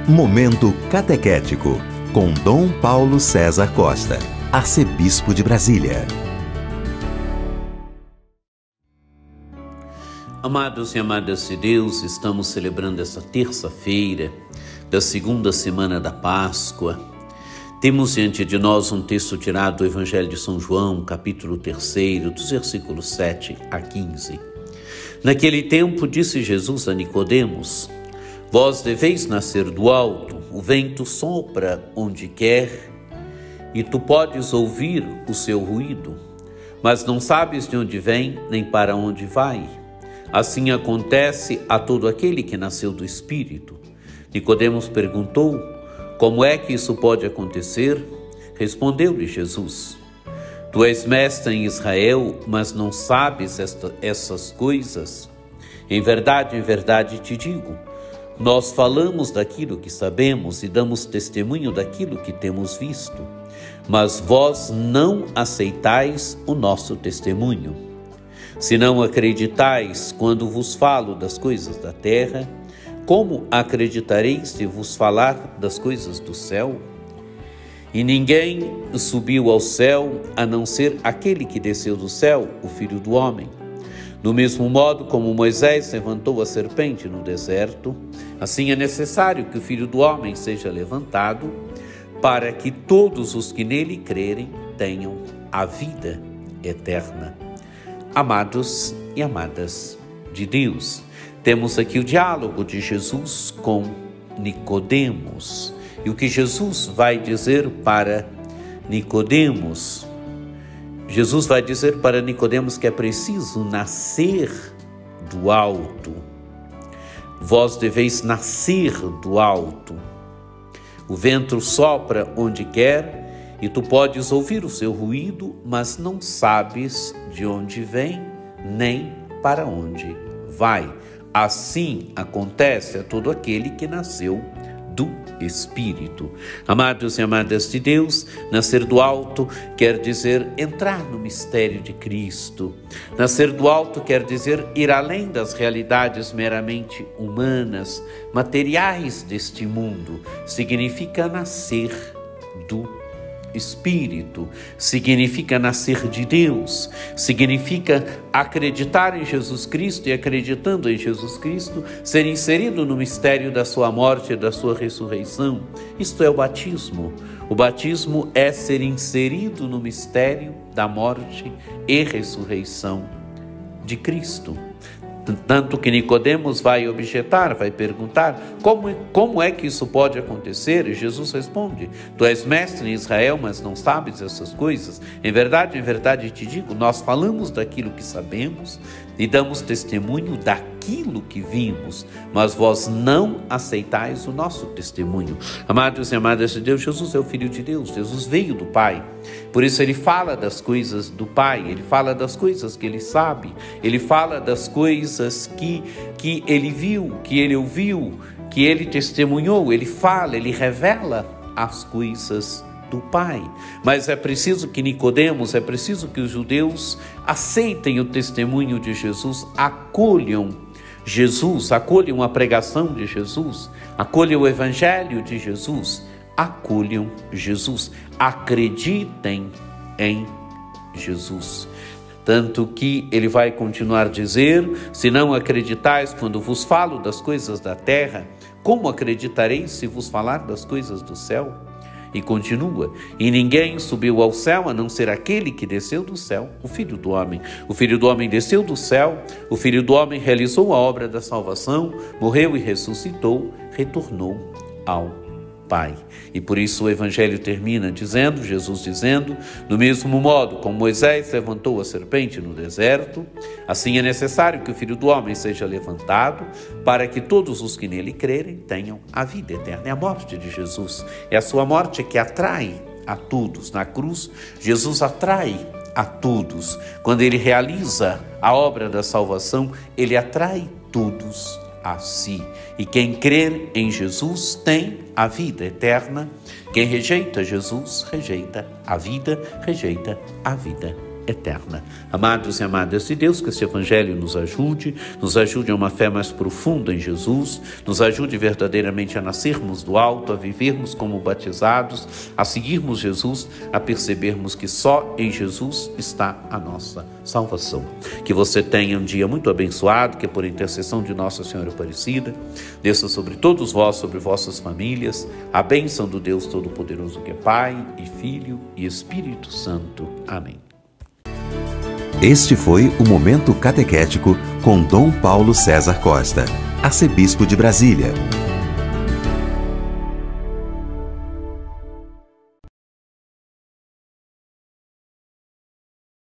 Momento Catequético, com Dom Paulo César Costa, arcebispo de Brasília. Amados e amadas de Deus, estamos celebrando essa terça-feira da segunda semana da Páscoa. Temos diante de nós um texto tirado do Evangelho de São João, capítulo 3, dos versículos 7 a 15. Naquele tempo disse Jesus a Nicodemos: Vós deveis nascer do alto, o vento sopra onde quer, e tu podes ouvir o seu ruído, mas não sabes de onde vem, nem para onde vai. Assim acontece a todo aquele que nasceu do Espírito. Nicodemos perguntou: Como é que isso pode acontecer? Respondeu-lhe Jesus: Tu és mestre em Israel, mas não sabes essas coisas? Em verdade te digo, nós falamos daquilo que sabemos e damos testemunho daquilo que temos visto, mas vós não aceitais o nosso testemunho. Se não acreditais quando vos falo das coisas da terra, como acreditareis se vos falar das coisas do céu? E ninguém subiu ao céu a não ser aquele que desceu do céu, o Filho do Homem. Do mesmo modo como Moisés levantou a serpente no deserto, assim é necessário que o Filho do Homem seja levantado, para que todos os que nele crerem tenham a vida eterna. Amados e amadas de Deus, temos aqui o diálogo de Jesus com Nicodemos. E o que Jesus vai dizer para Nicodemos? Jesus vai dizer para Nicodemos que é preciso nascer do alto. Vós deveis nascer do alto. O vento sopra onde quer e tu podes ouvir o seu ruído, mas não sabes de onde vem nem para onde vai. Assim acontece a todo aquele que nasceu do Espírito. Amados e amadas de Deus, nascer do alto quer dizer entrar no mistério de Cristo. Nascer do alto quer dizer ir além das realidades meramente humanas, materiais deste mundo. Significa nascer do Espírito, significa nascer de Deus, significa acreditar em Jesus Cristo e, acreditando em Jesus Cristo, ser inserido no mistério da sua morte e da sua ressurreição. Isto é o batismo. O batismo é ser inserido no mistério da morte e ressurreição de Cristo. Tanto que Nicodemos vai objetar, vai perguntar, como é que isso pode acontecer? E Jesus responde: Tu és mestre em Israel, mas não sabes essas coisas? Em verdade te digo, nós falamos daquilo que sabemos e damos testemunho daquilo que vimos, mas vós não aceitais o nosso testemunho. Amados e amadas de Deus, Jesus é o Filho de Deus, Jesus veio do Pai, por isso ele fala das coisas do Pai, ele fala das coisas que ele sabe, ele fala das coisas que ele viu, que ele ouviu, que ele testemunhou, ele fala, ele revela as coisas do Pai. Mas é preciso que Nicodemos, é preciso que os judeus aceitem o testemunho de Jesus, acolham Jesus, acolham a pregação de Jesus, acolham o Evangelho de Jesus, acolham Jesus, acreditem em Jesus. Tanto que ele vai continuar a dizer: se não acreditais quando vos falo das coisas da terra, como acreditareis se vos falar das coisas do céu? E continua: e ninguém subiu ao céu a não ser aquele que desceu do céu, o Filho do Homem. O Filho do Homem desceu do céu, o Filho do Homem realizou a obra da salvação, morreu e ressuscitou, retornou ao Pai. E por isso o Evangelho termina dizendo, Jesus dizendo: do mesmo modo como Moisés levantou a serpente no deserto, assim é necessário que o Filho do Homem seja levantado, para que todos os que nele crerem tenham a vida eterna. É a morte de Jesus, é a sua morte que atrai a todos. Na cruz, Jesus atrai a todos. Quando ele realiza a obra da salvação, ele atrai todos a si. E quem crer em Jesus tem a vida eterna. Quem rejeita Jesus, rejeita a vida eterna. Amados e amadas de Deus, que esse Evangelho nos ajude a uma fé mais profunda em Jesus, nos ajude verdadeiramente a nascermos do alto, a vivermos como batizados, a seguirmos Jesus, a percebermos que só em Jesus está a nossa salvação. Que você tenha um dia muito abençoado, que por intercessão de Nossa Senhora Aparecida, desça sobre todos vós, sobre vossas famílias, a bênção do Deus Todo-Poderoso, que é Pai e Filho e Espírito Santo. Amém. Este foi o Momento Catequético com Dom Paulo César Costa, arcebispo de Brasília.